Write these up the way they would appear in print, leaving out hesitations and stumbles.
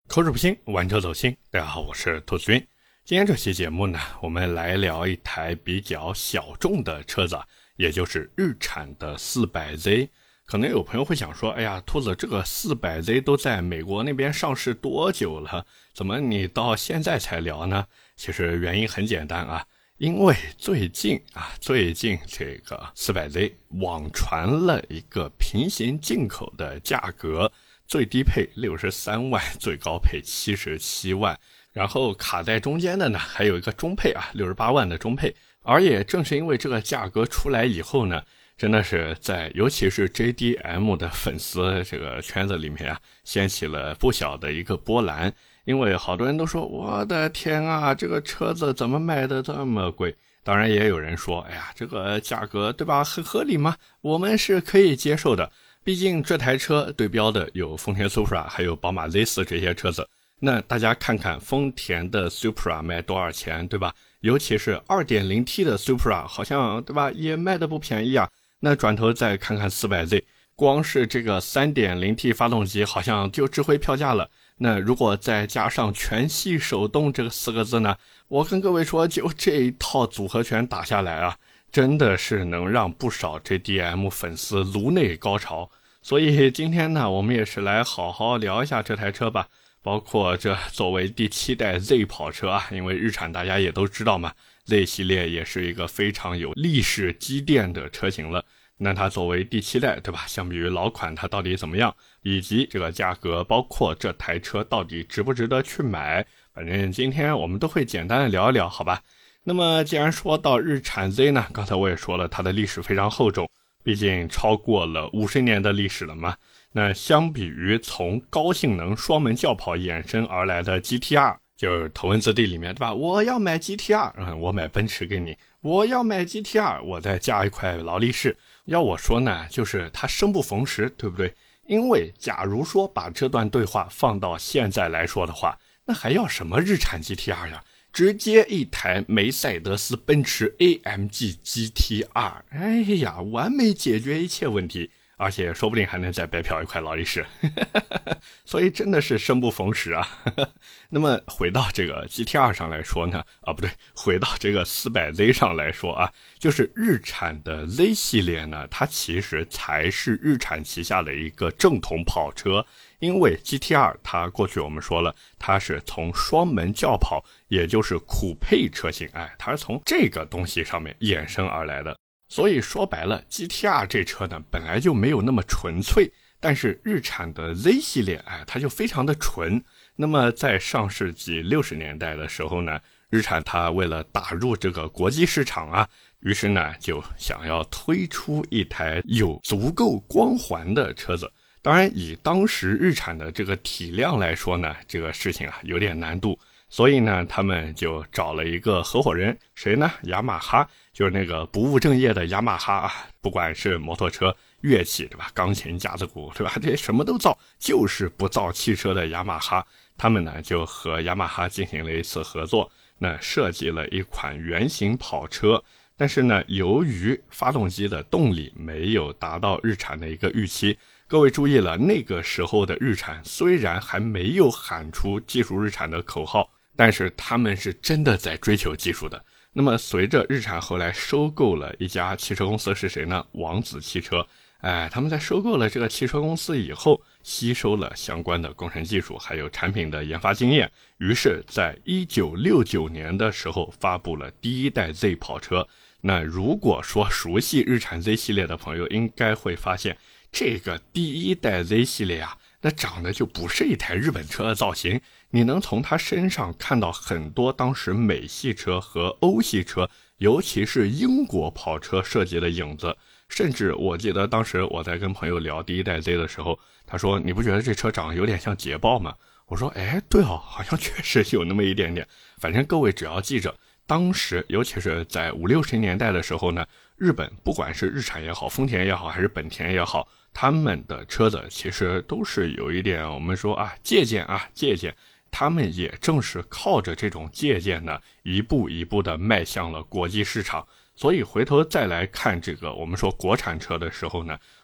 口齿不清，玩车走心。大家好，我是兔子君。今天这期节目呢，我们来聊一台比较小众的车子，也就是日产的 400Z。 可能有朋友会想说，哎呀，兔子，这个 400Z 都在美国那边上市多久了，怎么你到现在才聊呢？其实原因很简单啊，因为最近这个 400Z 网传了一个平行进口的价格，最低配63万，最高配77万，然后卡在中间的呢还有一个中配68万的中配。而也正是因为这个价格出来以后呢，真的是在尤其是 JDM 的粉丝这个圈子里面掀起了不小的一个波澜。因为好多人都说，我的天啊，这个车子怎么卖的这么贵？当然也有人说，哎呀，这个价格对吧，很合理嘛，我们是可以接受的。毕竟这台车对标的有丰田 Supra 还有宝马 Z4 这些车子，那大家看看丰田的 Supra 卖多少钱，对吧？尤其是 2.0T 的 Supra 好像对吧，也卖的不便宜啊。那转头再看看 400Z， 光是这个 3.0T 发动机好像就值回票价了。那如果再加上全系手动这个4个字呢，我跟各位说，就这一套组合拳打下来真的是能让不少 JDM 粉丝颅内高潮。所以今天呢，我们也是来好好聊一下这台车吧。包括这作为第7代 Z 跑车因为日产大家也都知道嘛， Z 系列也是一个非常有历史积淀的车型了。那它作为第7代，对吧，相比于老款它到底怎么样，以及这个价格，包括这台车到底值不值得去买，反正今天我们都会简单的聊一聊，好吧。那么既然说到日产 Z 呢，刚才我也说了，它的历史非常厚重，毕竟超过了50年的历史了嘛。那相比于从高性能双门轿跑衍生而来的 GTR， 就是头文字 D 里面，对吧，我要买 GTR，我买奔驰给你，我要买 GTR， 我再加一块劳力士。要我说呢，就是它生不逢时，对不对？因为假如说把这段对话放到现在来说的话，那还要什么日产 GTR 呀？直接一台梅赛德斯奔驰 AMG GTR， 哎呀，完美解决一切问题，而且说不定还能再白嫖一块劳力士所以真的是生不逢时那么回到这个 GTR 上来说呢，不对，回到这个 400Z 上来说就是日产的 Z 系列呢，它其实才是日产旗下的一个正统跑车。因为 GTR 它过去我们说了，它是从双门轿跑，也就是酷配车型，它是从这个东西上面衍生而来的。所以说白了， GTR 这车呢本来就没有那么纯粹，但是日产的 Z 系列它就非常的纯。那么在上世纪60年代的时候呢，日产它为了打入这个国际市场于是呢就想要推出一台有足够光环的车子。当然以当时日产的这个体量来说呢，这个事情有点难度，所以呢他们就找了一个合伙人，谁呢？雅马哈，就是那个不务正业的雅马哈不管是摩托车、乐器，对吧，钢琴、架子鼓，对吧，这什么都造，就是不造汽车的雅马哈。他们呢就和雅马哈进行了一次合作，那设计了一款原型跑车。但是呢，由于发动机的动力没有达到日产的一个预期，各位注意了，那个时候的日产虽然还没有喊出技术日产的口号，但是他们是真的在追求技术的。那么随着日产后来收购了一家汽车公司，是谁呢？王子汽车。他们在收购了这个汽车公司以后，吸收了相关的工程技术还有产品的研发经验，于是在1969年的时候发布了第1代 Z 跑车。那如果说熟悉日产 Z 系列的朋友应该会发现，这个第1代 Z 系列那长得就不是一台日本车的造型，你能从它身上看到很多当时美系车和欧系车，尤其是英国跑车设计的影子。甚至我记得当时我在跟朋友聊第1代 Z 的时候，他说你不觉得这车长得有点像捷豹吗？我说对好像确实有那么一点点。反正各位只要记着，当时尤其是在50、60年代的时候呢，日本不管是日产也好，丰田也好，还是本田也好，他们的车子其实都是有一点我们说借鉴，他们也正是靠着这种借鉴呢，一步一步的迈向了国际市场。所以回头再来看这个我们说国产车的时候呢，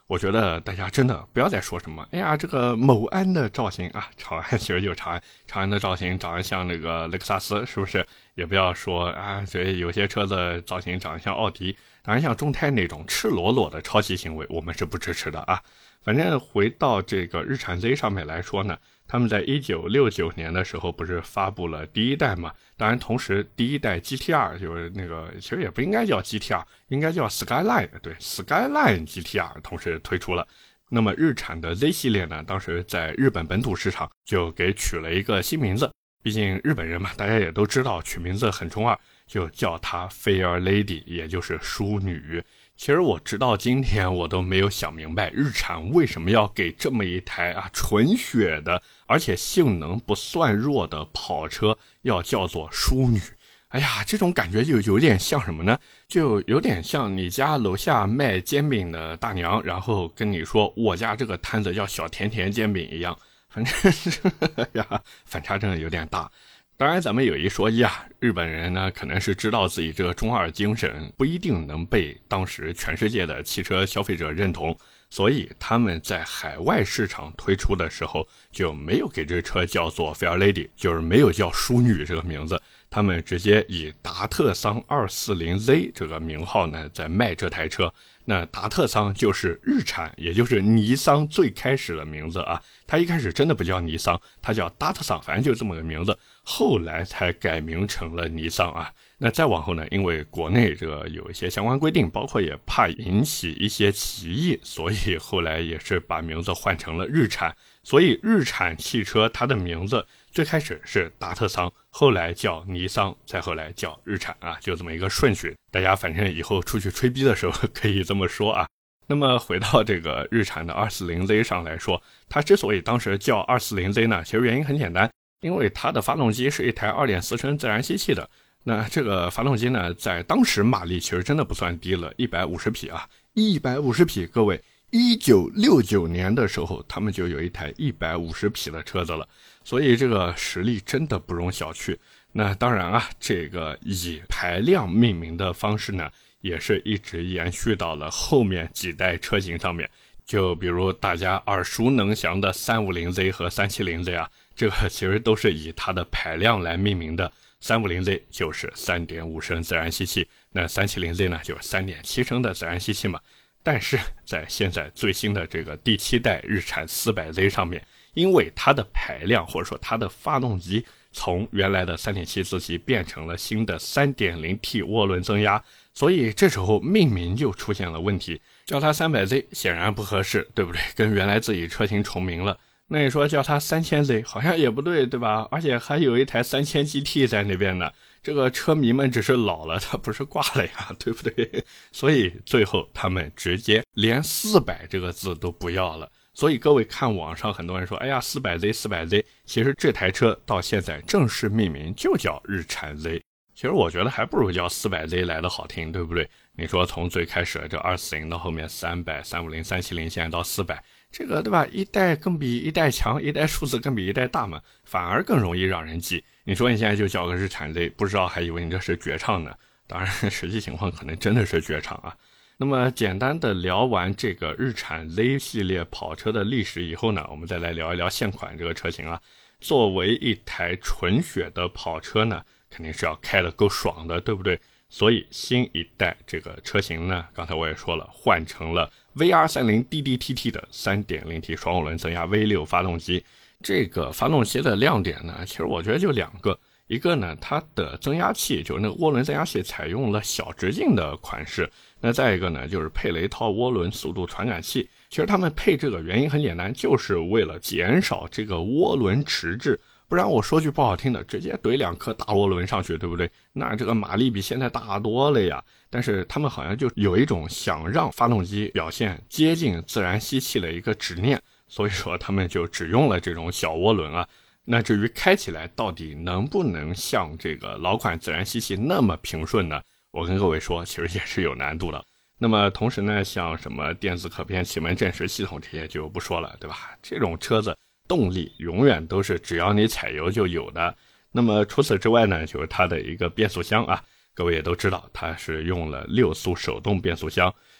我觉得大家真的不要再说什么，哎呀，这个某安的造型啊，长安其实就是长安的造型长得像那个雷克萨斯，是不是？也不要说啊，所以有些车子造型长得像奥迪，长得像众泰那种赤裸裸的抄袭行为，我们是不支持的啊。反正回到这个日产 Z 上面来说呢，他们在1969年的时候不是发布了第一代嘛？当然，同时第一代 GT-R 就是那个，其实也不应该叫 GT-R， 应该叫 Skyline， 对 ，Skyline GT-R 同时推出了。那么日产的 Z 系列呢，当时在日本本土市场就给取了一个新名字，毕竟日本人嘛，大家也都知道取名字很中二，就叫它 Fair Lady， 也就是淑女。其实我直到今天我都没有想明白日产为什么要给这么一台纯血的而且性能不算弱的跑车要叫做淑女。哎呀，这种感觉就有点像什么呢？就有点像你家楼下卖煎饼的大娘，然后跟你说我家这个摊子叫小甜甜煎饼一样。反正呀，反差真的有点大。当然咱们有一说一啊，日本人呢可能是知道自己这个中二精神不一定能被当时全世界的汽车消费者认同，所以他们在海外市场推出的时候就没有给这车叫做 Fair Lady， 就是没有叫淑女这个名字，他们直接以达特桑 240Z 这个名号呢在卖这台车。那达特桑就是日产，也就是尼桑最开始的名字啊。它一开始真的不叫尼桑，它叫达特桑，反正就这么个名字，后来才改名成了尼桑啊。那再往后呢，因为国内这个有一些相关规定，包括也怕引起一些歧义，所以后来也是把名字换成了日产。所以日产汽车它的名字最开始是达特桑，后来叫尼桑，再后来叫日产啊，就这么一个顺序。大家反正以后出去吹逼的时候可以这么说啊。那么回到这个日产的 240Z 上来说，它之所以当时叫 240Z 呢，其实原因很简单，因为它的发动机是一台 2.4 升自然吸气的。那这个发动机呢，在当时马力其实真的不算低了，150匹啊，150匹，各位，1969年的时候他们就有一台150匹的车子了，所以这个实力真的不容小觑。那当然啊，这个以排量命名的方式呢，也是一直延续到了后面几代车型上面，就比如大家耳熟能详的 350Z 和 370Z 啊，这个其实都是以它的排量来命名的。350Z 就是 3.5 升自然吸气，那 370Z 呢就是 3.7 升的自然吸气嘛。但是在现在最新的这个第7代日产 400Z 上面，因为它的排量或者说它的发动机从原来的 3.7 自吸变成了新的 3.0T 涡轮增压，所以这时候命名就出现了问题，叫它 300Z 显然不合适，对不对？跟原来自己车型重名了。那你说叫它 3000Z 好像也不对，对吧？而且还有一台3000 GT 在那边呢，这个车迷们只是老了，它不是挂了呀，对不对？所以最后他们直接连400这个字都不要了。所以各位看网上很多人说，哎呀 400Z， 其实这台车到现在正式命名就叫日产 Z。其实我觉得还不如叫 400Z 来的好听，对不对？你说从最开始这240到后面300、350、370，现在到400，这个对吧？一代更比一代强，一代数字更比一代大嘛，反而更容易让人记。你说你现在就叫个日产 Z， 不知道还以为你这是绝唱呢。当然实际情况可能真的是绝唱啊。那么简单的聊完这个日产 Z 系列跑车的历史以后呢，我们再来聊一聊现款这个车型啊。作为一台纯血的跑车呢，肯定是要开得够爽的，对不对？所以新一代这个车型呢，刚才我也说了，换成了 VR30DDTT 的 3.0T 双涡轮增压 V6 发动机。这个发动机的亮点呢，其实我觉得就两个，一个呢，它的增压器就是那个涡轮增压器采用了小直径的款式，那再一个呢，就是配了一套涡轮速度传感器。其实他们配这个原因很简单，就是为了减少这个涡轮迟滞，不然我说句不好听的，直接怼2颗大涡轮上去，对不对？那这个马力比现在大多了呀。但是他们好像就有一种想让发动机表现接近自然吸气的一个执念，所以说他们就只用了这种小涡轮啊。那至于开起来到底能不能像这个老款自然吸气那么平顺呢？我跟各位说，其实也是有难度的。那么同时呢，像什么电子可变气门正时系统这些就不说了，对吧？这种车子动力永远都是只要你踩油就有的。那么除此之外呢，就是它的一个变速箱啊，各位也都知道它是用了6速手动变速箱。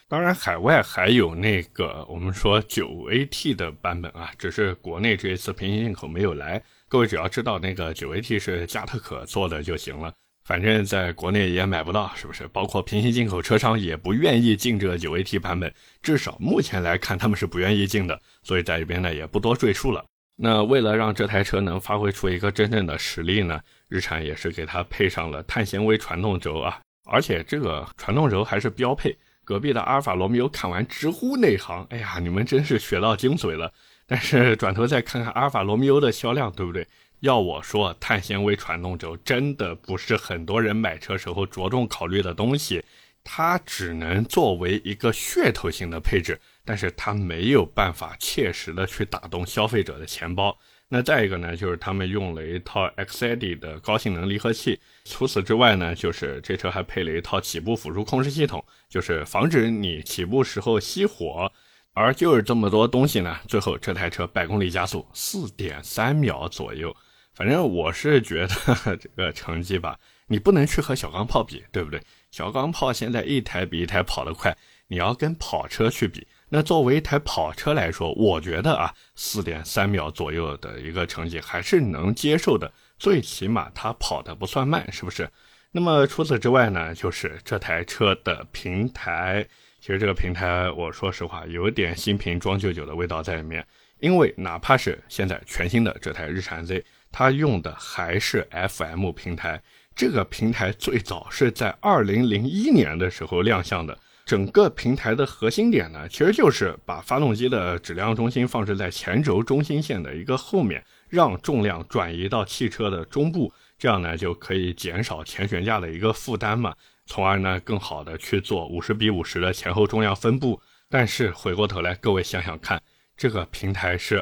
当然海外还有那个我们说 9AT 的版本啊，只是国内这一次平行进口没有来，各位只要知道那个 9AT 是加特可做的就行了，反正在国内也买不到，是不是？包括平行进口车商也不愿意进这个 9AT 版本，至少目前来看他们是不愿意进的，所以在这边呢也不多赘述了。那为了让这台车能发挥出一个真正的实力呢，日产也是给它配上了碳纤维传动轴啊，而且这个传动轴还是标配。隔壁的阿尔法罗密欧看完直呼内行，哎呀，你们真是学到精髓了。但是转头再看看阿尔法罗密欧的销量，对不对？要我说，碳纤维传动轴真的不是很多人买车时候着重考虑的东西，它只能作为一个噱头性的配置，但是它没有办法切实的去打动消费者的钱包。那再一个呢，就是他们用了一套 XID 的高性能离合器，除此之外呢，就是这车还配了一套起步辅助控制系统，就是防止你起步时候熄火。而就是这么多东西呢，最后这台车百公里加速 4.3 秒左右。反正我是觉得这个成绩吧，你不能去和小钢炮比，对不对？小钢炮现在一台比一台跑得快，你要跟跑车去比，那作为一台跑车来说，我觉得啊 4.3 秒左右的一个成绩还是能接受的，最起码它跑得不算慢，是不是？那么除此之外呢，就是这台车的平台，其实这个平台我说实话有点新瓶装旧酒的味道在里面，因为哪怕是现在全新的这台日产 Z， 它用的还是 FM 平台，这个平台最早是在2001年的时候亮相的。整个平台的核心点呢，其实就是把发动机的质量中心放置在前轴中心线的一个后面，让重量转移到汽车的中部，这样呢就可以减少前悬架的一个负担嘛，从而呢更好的去做50:50的前后重量分布。但是回过头来各位想想看，这个平台是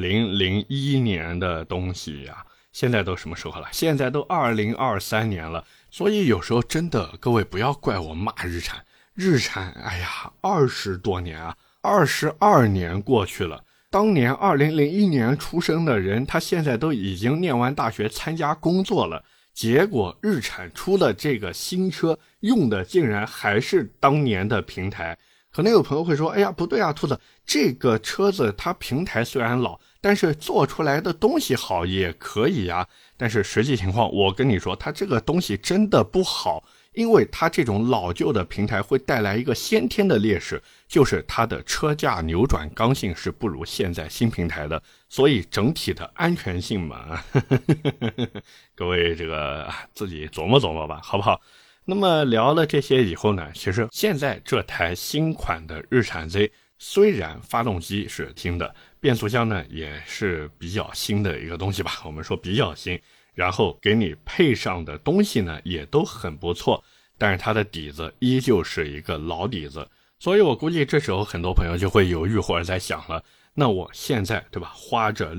2001年的东西呀，现在都什么时候了？现在都2023年了，所以有时候真的各位不要怪我骂日产，哎呀20多年啊，22年过去了，当年2001年出生的人，他现在都已经念完大学参加工作了，结果日产出的这个新车用的竟然还是当年的平台。可能有朋友会说，哎呀不对啊，兔子，这个车子它平台虽然老，但是做出来的东西好也可以啊。但是实际情况我跟你说，它这个东西真的不好，因为它这种老旧的平台会带来一个先天的劣势，就是它的车架扭转刚性是不如现在新平台的，所以整体的安全性嘛各位这个自己琢磨琢磨吧，好不好？那么聊了这些以后呢，其实现在这台新款的日产 Z 虽然发动机是新的，变速箱呢也是比较新的一个东西吧，我们说比较新，然后给你配上的东西呢也都很不错，但是它的底子依旧是一个老底子，所以我估计这时候很多朋友就会犹豫或者在想了，那我现在对吧，花着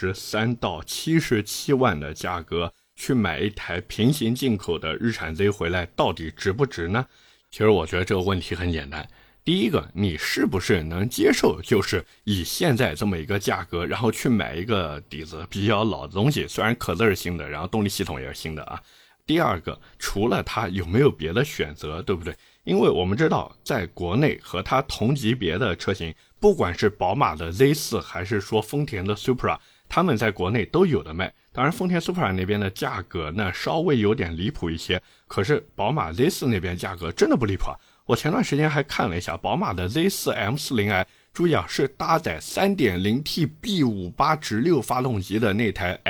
63到77万的价格去买一台平行进口的日产 Z 回来，到底值不值呢？其实我觉得这个问题很简单，第一个，你是不是能接受就是以现在这么一个价格，然后去买一个底子比较老的东西，虽然壳子是新的，然后动力系统也是新的啊。第二个，除了它有没有别的选择，对不对？因为我们知道在国内和它同级别的车型，不管是宝马的 Z4 还是说丰田的 Supra， 他们在国内都有的卖。当然丰田 Supra 那边的价格呢稍微有点离谱一些，可是宝马 Z4 那边价格真的不离谱啊。我前段时间还看了一下宝马的 Z4 M40i， 注意啊，是搭载 3.0T B58 直六发动机的那台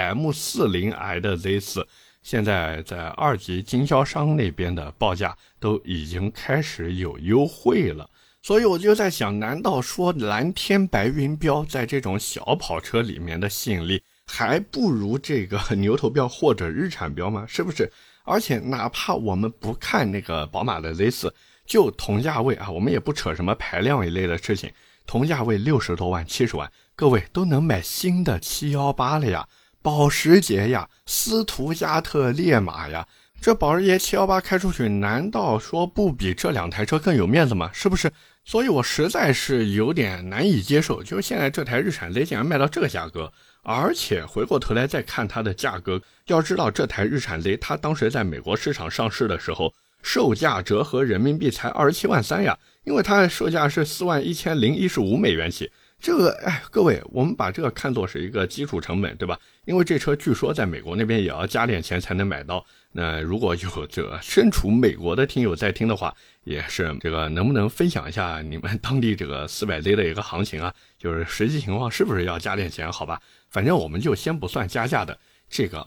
M40i 的 Z4， 现在在二级经销商那边的报价都已经开始有优惠了。所以我就在想，难道说蓝天白云标在这种小跑车里面的吸引力还不如这个牛头标或者日产标吗？是不是？而且哪怕我们不看那个宝马的 Z4， 就同价位啊，我们也不扯什么排量一类的事情，同价位60多万70万，各位都能买新的718了呀，保时捷呀，斯图加特烈马呀，这保时捷718开出去难道说不比这两台车更有面子吗？是不是？所以我实在是有点难以接受，就是现在这台日产 Z 竟然卖到这个价格，而且回过头来再看它的价格，要知道这台日产 Z 它当时在美国市场上市的时候，售价折合人民币才27.3万呀， 因为它的售价是41015美元起。这个各位，我们把这个看作是一个基础成本，对吧？因为这车据说在美国那边也要加点钱才能买到。那如果有这个身处美国的听友在听的话，也是这个能不能分享一下你们当地这个 400Z 的一个行情啊？就是实际情况是不是要加点钱？好吧，反正我们就先不算加价的，这个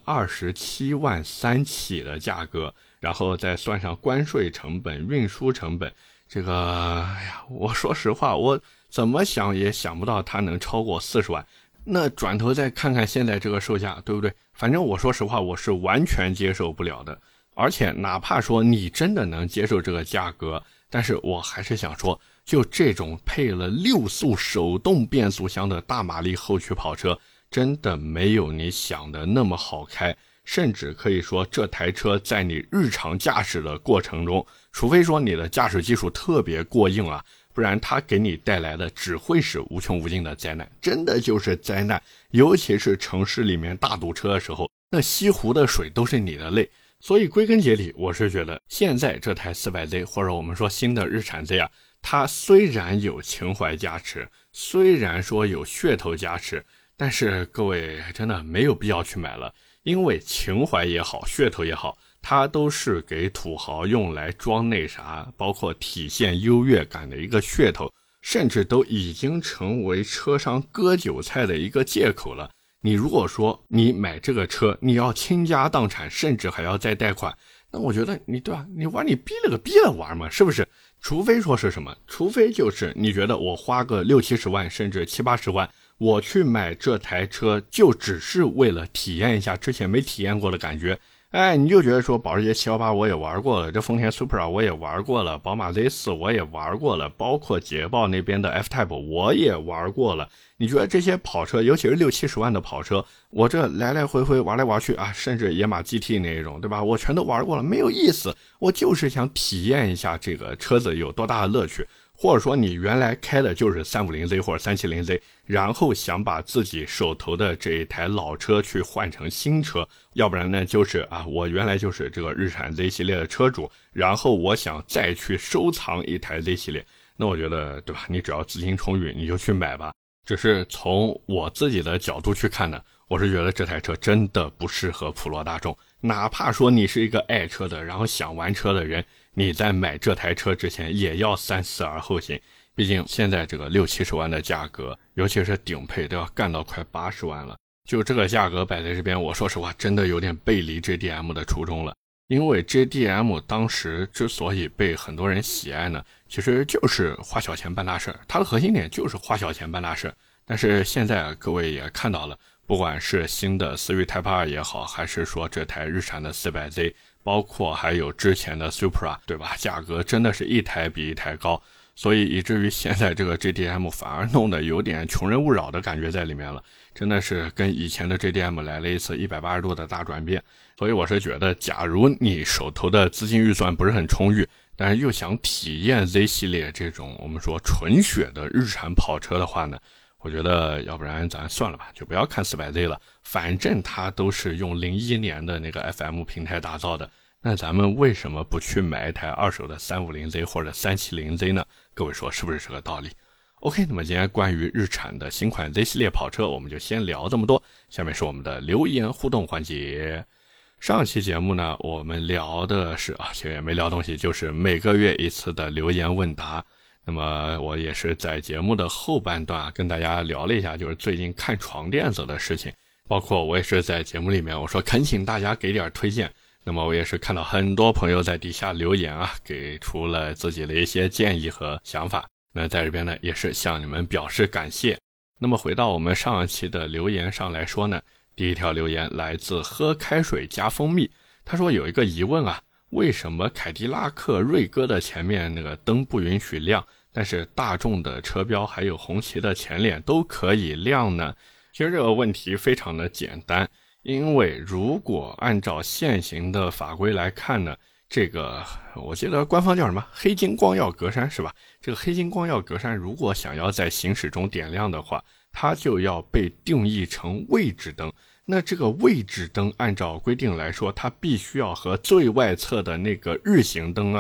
27万3起的价格，然后再算上关税成本、运输成本，这个我说实话，我怎么想也想不到它能超过40万。那转头再看看现在这个售价，对不对？反正我说实话，我是完全接受不了的。而且哪怕说你真的能接受这个价格，但是我还是想说，就这种配了6速手动变速箱的大马力后驱跑车，真的没有你想的那么好开。甚至可以说，这台车在你日常驾驶的过程中，除非说你的驾驶技术特别过硬了，不然它给你带来的只会是无穷无尽的灾难，真的就是灾难。尤其是城市里面大堵车的时候，那西湖的水都是你的泪。所以归根结底，我是觉得现在这台 400Z 或者我们说新的日产 Z 啊，它虽然有情怀加持，虽然说有噱头加持，但是各位真的没有必要去买了。因为情怀也好，噱头也好，它都是给土豪用来装那啥，包括体现优越感的一个噱头，甚至都已经成为车商割韭菜的一个借口了。你如果说你买这个车，你要倾家荡产，甚至还要再贷款，那我觉得你对吧？你玩你逼了个逼了玩嘛，是不是？除非说是什么？除非就是你觉得我花个60-70万，甚至70-80万，我去买这台车就只是为了体验一下之前没体验过的感觉。你就觉得说保时捷718我也玩过了，这丰田 Supra 我也玩过了，宝马 Z4 我也玩过了，包括捷豹那边的 F-Type 我也玩过了。你觉得这些跑车，尤其是60-70万的跑车，我这来来回回玩来玩去啊，甚至野马 GT 那一种，对吧？我全都玩过了，没有意思。我就是想体验一下这个车子有多大的乐趣。或者说你原来开的就是 350Z 或者 370Z， 然后想把自己手头的这一台老车去换成新车，要不然呢就是我原来就是这个日产 Z 系列的车主，然后我想再去收藏一台 Z 系列，那我觉得对吧，你只要资金充裕你就去买吧。只是从我自己的角度去看呢，我是觉得这台车真的不适合普罗大众，哪怕说你是一个爱车的，然后想玩车的人，你在买这台车之前也要三思而后行。毕竟现在这个60-70万的价格，尤其是顶配都要干到快80万了，就这个价格摆在这边，我说实话真的有点背离 JDM 的初衷了。因为 JDM 当时之所以被很多人喜爱呢，其实就是花小钱办大事，它的核心点就是花小钱办大事。但是现在各位也看到了，不管是新的思域 Type 2也好，还是说这台日产的 400Z， 包括还有之前的 Supra， 对吧？价格真的是一台比一台高，所以以至于现在这个 JDM 反而弄得有点穷人勿扰的感觉在里面了，真的是跟以前的 JDM 来了一次180度的大转变。所以我是觉得，假如你手头的资金预算不是很充裕，但是又想体验 Z 系列这种我们说纯血的日产跑车的话呢，我觉得要不然咱算了吧，就不要看 400Z 了，反正它都是用01年的那个 FM 平台打造的，那咱们为什么不去买一台二手的 350Z 或者 370Z 呢？各位说是不是这个道理？ OK， 那么今天关于日产的新款 Z 系列跑车我们就先聊这么多，下面是我们的留言互动环节。上期节目呢，我们聊的是其实也没聊东西，就是每个月一次的留言问答。那么我也是在节目的后半段跟大家聊了一下，就是最近看床垫子的事情，包括我也是在节目里面我说恳请大家给点推荐。那么我也是看到很多朋友在底下留言给出了自己的一些建议和想法。那在这边呢，也是向你们表示感谢。那么回到我们上一期的留言上来说呢，第一条留言来自喝开水加蜂蜜，他说有一个疑问为什么凯迪拉克锐歌的前面那个灯不允许亮，但是大众的车标还有红旗的前脸都可以亮呢？其实这个问题非常的简单，因为如果按照现行的法规来看呢，这个我记得官方叫什么黑金光耀格栅是吧？这个黑金光耀格栅如果想要在行驶中点亮的话，它就要被定义成位置灯。那这个位置灯按照规定来说，它必须要和最外侧的那个日行灯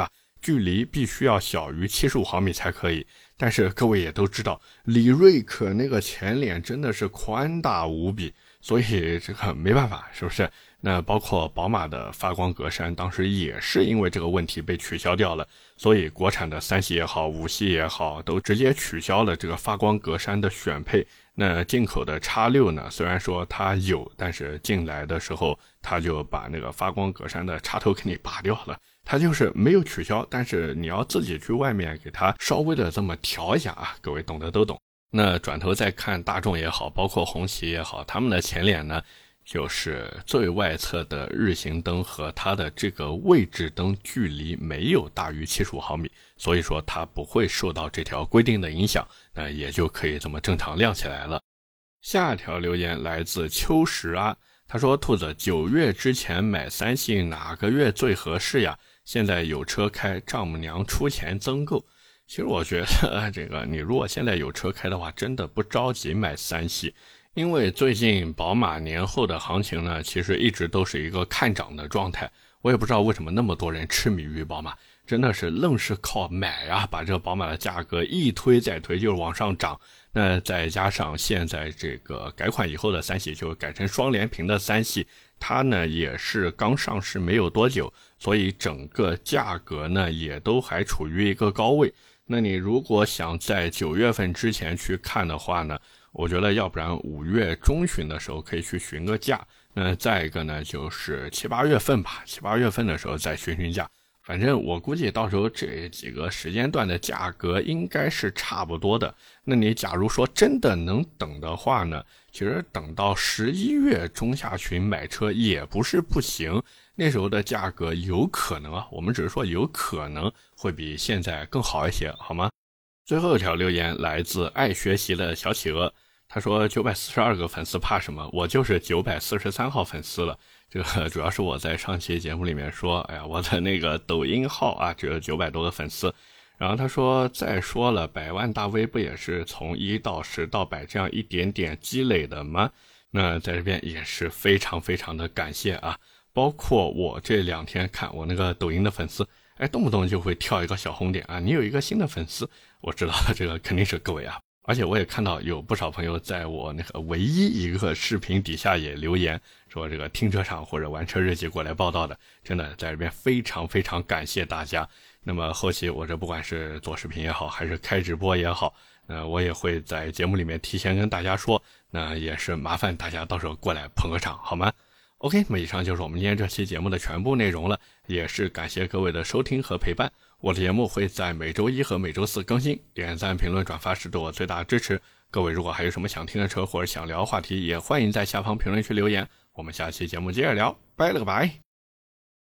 距离必须要小于75毫米才可以。但是各位也都知道，李瑞可那个前脸真的是宽大无比，所以这个没办法，是不是？那包括宝马的发光格栅当时也是因为这个问题被取消掉了，所以国产的3系也好5系也好都直接取消了这个发光格栅的选配。那进口的 X6 呢，虽然说它有，但是进来的时候它就把那个发光格栅的插头给你拔掉了，它就是没有取消，但是你要自己去外面给它稍微的这么调一下啊，各位懂得都懂。那转头再看大众也好，包括红旗也好，他们的前脸呢就是最外侧的日行灯和它的这个位置灯距离没有大于75毫米，所以说它不会受到这条规定的影响，那也就可以这么正常亮起来了。下条留言来自秋实啊，他说兔子9月之前买3系哪个月最合适呀？现在有车开，丈母娘出钱增购。其实我觉得这个你如果现在有车开的话，真的不着急买3系。因为最近宝马年后的行情呢，其实一直都是一个看涨的状态。我也不知道为什么那么多人痴迷于宝马，真的是愣是靠买啊，把这个宝马的价格一推再推，就是往上涨。那再加上现在这个改款以后的3系，就改成双联屏的3系，它呢也是刚上市没有多久，所以整个价格呢也都还处于一个高位。那你如果想在9月份之前去看的话呢，我觉得要不然5月中旬的时候可以去询个价，那再一个呢就是7、8月份吧，7、8月份的时候再询价。反正我估计到时候这几个时间段的价格应该是差不多的。那你假如说真的能等的话呢，其实等到11月中下旬买车也不是不行，那时候的价格有可能啊，我们只是说有可能会比现在更好一些，好吗？最后一条留言来自爱学习的小企鹅，他说942个粉丝怕什么？我就是943号粉丝了。这个主要是我在上期节目里面说，哎呀，我的那个抖音号啊只有900多个粉丝。然后他说再说了，100万大 V 不也是从1到10到100这样一点点积累的吗？那在这边也是非常非常的感谢啊。包括我这2天看我那个抖音的粉丝，哎，动不动就会跳一个小红点啊，你有一个新的粉丝，我知道这个肯定是各位啊。而且我也看到有不少朋友在我那个唯一一个视频底下也留言说这个停车场或者玩车日记过来报道的，真的在这边非常非常感谢大家。那么后期我这不管是做视频也好，还是开直播也好，我也会在节目里面提前跟大家说，那也是麻烦大家到时候过来捧个场好吗？ OK， 那么以上就是我们今天这期节目的全部内容了，也是感谢各位的收听和陪伴。我的节目会在每周1和每周4更新，点赞、评论、转发是对我最大的支持。各位如果还有什么想听的车或者想聊的话题，也欢迎在下方评论区留言。我们下期节目接着聊，拜了个拜。